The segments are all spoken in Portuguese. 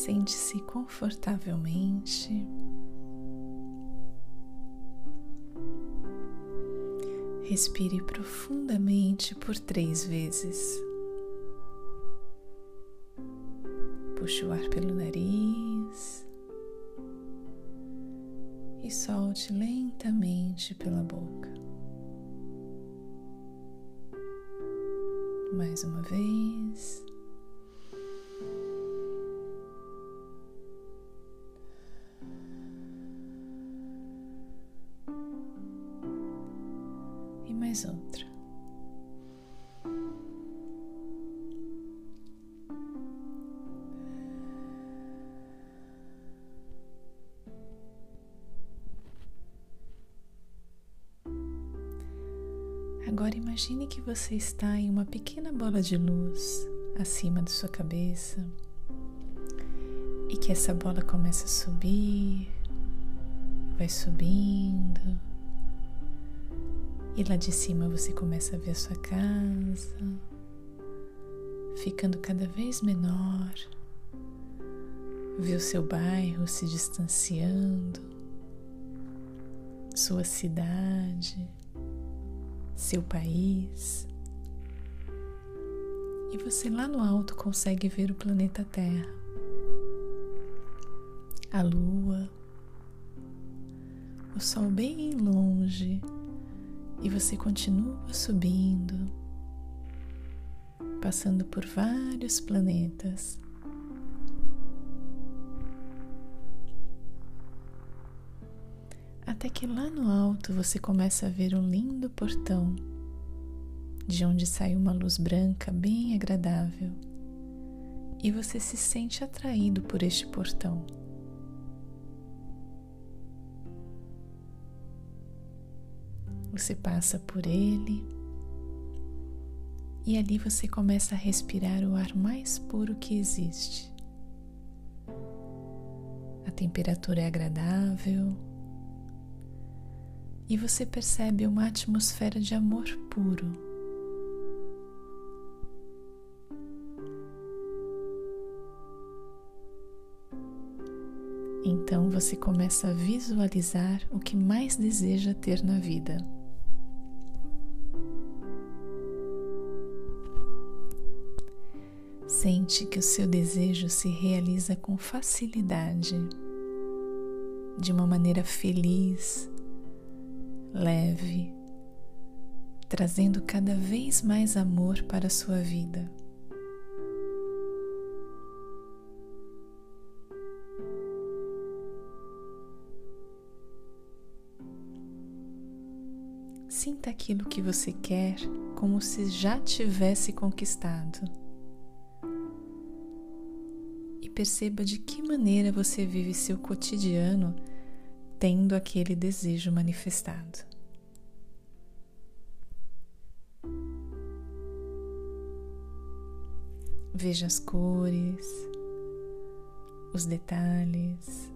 Sente-se confortavelmente. Respire profundamente por 3 vezes. Puxe o ar pelo nariz e solte lentamente pela boca. Mais uma vez. E mais outra. Agora imagine que você está em uma pequena bola de luz acima de sua cabeça e que essa bola começa a subir, vai subindo e lá de cima você começa a ver a sua casa ficando cada vez menor, vê o seu bairro se distanciando, sua cidade, seu país, e você lá no alto consegue ver o planeta Terra, a Lua, o Sol bem longe, e você continua subindo, passando por vários planetas. Até que lá no alto você começa a ver um lindo portão, de onde sai uma luz branca bem agradável, e você se sente atraído por este portão. Você passa por ele e ali você começa a respirar o ar mais puro que existe. A temperatura é agradável e você percebe uma atmosfera de amor puro. Então você começa a visualizar o que mais deseja ter na vida. Sente que o seu desejo se realiza com facilidade, de uma maneira feliz, leve, trazendo cada vez mais amor para a sua vida. Sinta aquilo que você quer como se já tivesse conquistado. E perceba de que maneira você vive seu cotidiano tendo aquele desejo manifestado. Veja as cores, os detalhes.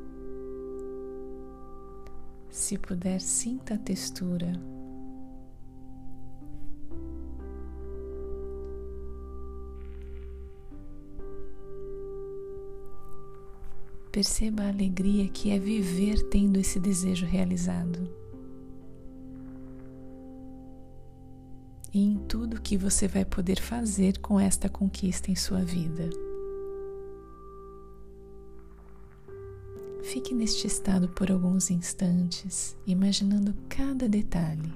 Se puder, sinta a textura. Perceba a alegria que é viver tendo esse desejo realizado. E em tudo que você vai poder fazer com esta conquista em sua vida. Fique neste estado por alguns instantes, imaginando cada detalhe.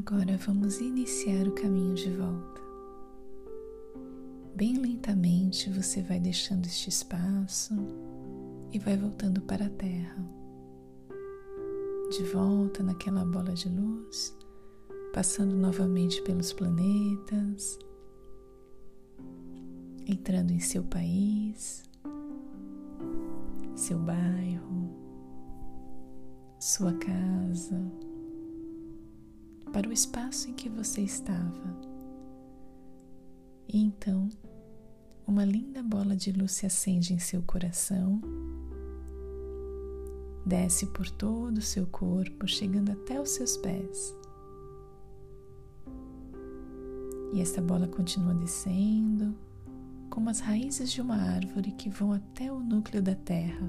Agora vamos iniciar o caminho de volta. Bem lentamente você vai deixando este espaço e vai voltando para a Terra. De volta naquela bola de luz, passando novamente pelos planetas, entrando em seu país, seu bairro, sua casa, para o espaço em que você estava. E então, uma linda bola de luz se acende em seu coração, desce por todo o seu corpo, chegando até os seus pés. E esta bola continua descendo, como as raízes de uma árvore que vão até o núcleo da Terra.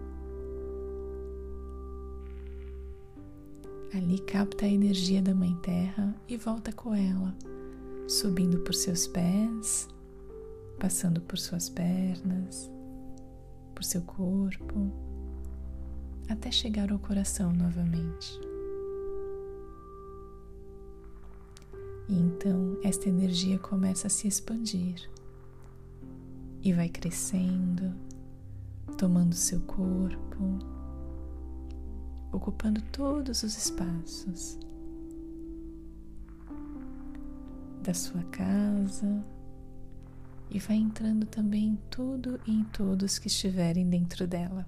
Ali capta a energia da Mãe Terra e volta com ela, subindo por seus pés, passando por suas pernas, por seu corpo, até chegar ao coração novamente. E então esta energia começa a se expandir e vai crescendo, tomando seu corpo, ocupando todos os espaços da sua casa e vai entrando também em tudo e em todos que estiverem dentro dela.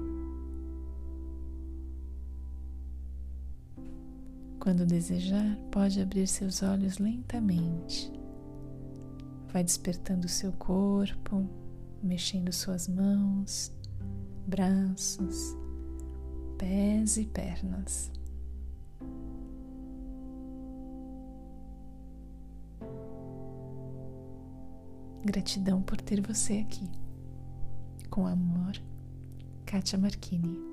Quando desejar, pode abrir seus olhos lentamente. Vai despertando o seu corpo, mexendo suas mãos, braços, pés e pernas. Gratidão por ter você aqui. Com amor, Kátia Marchini.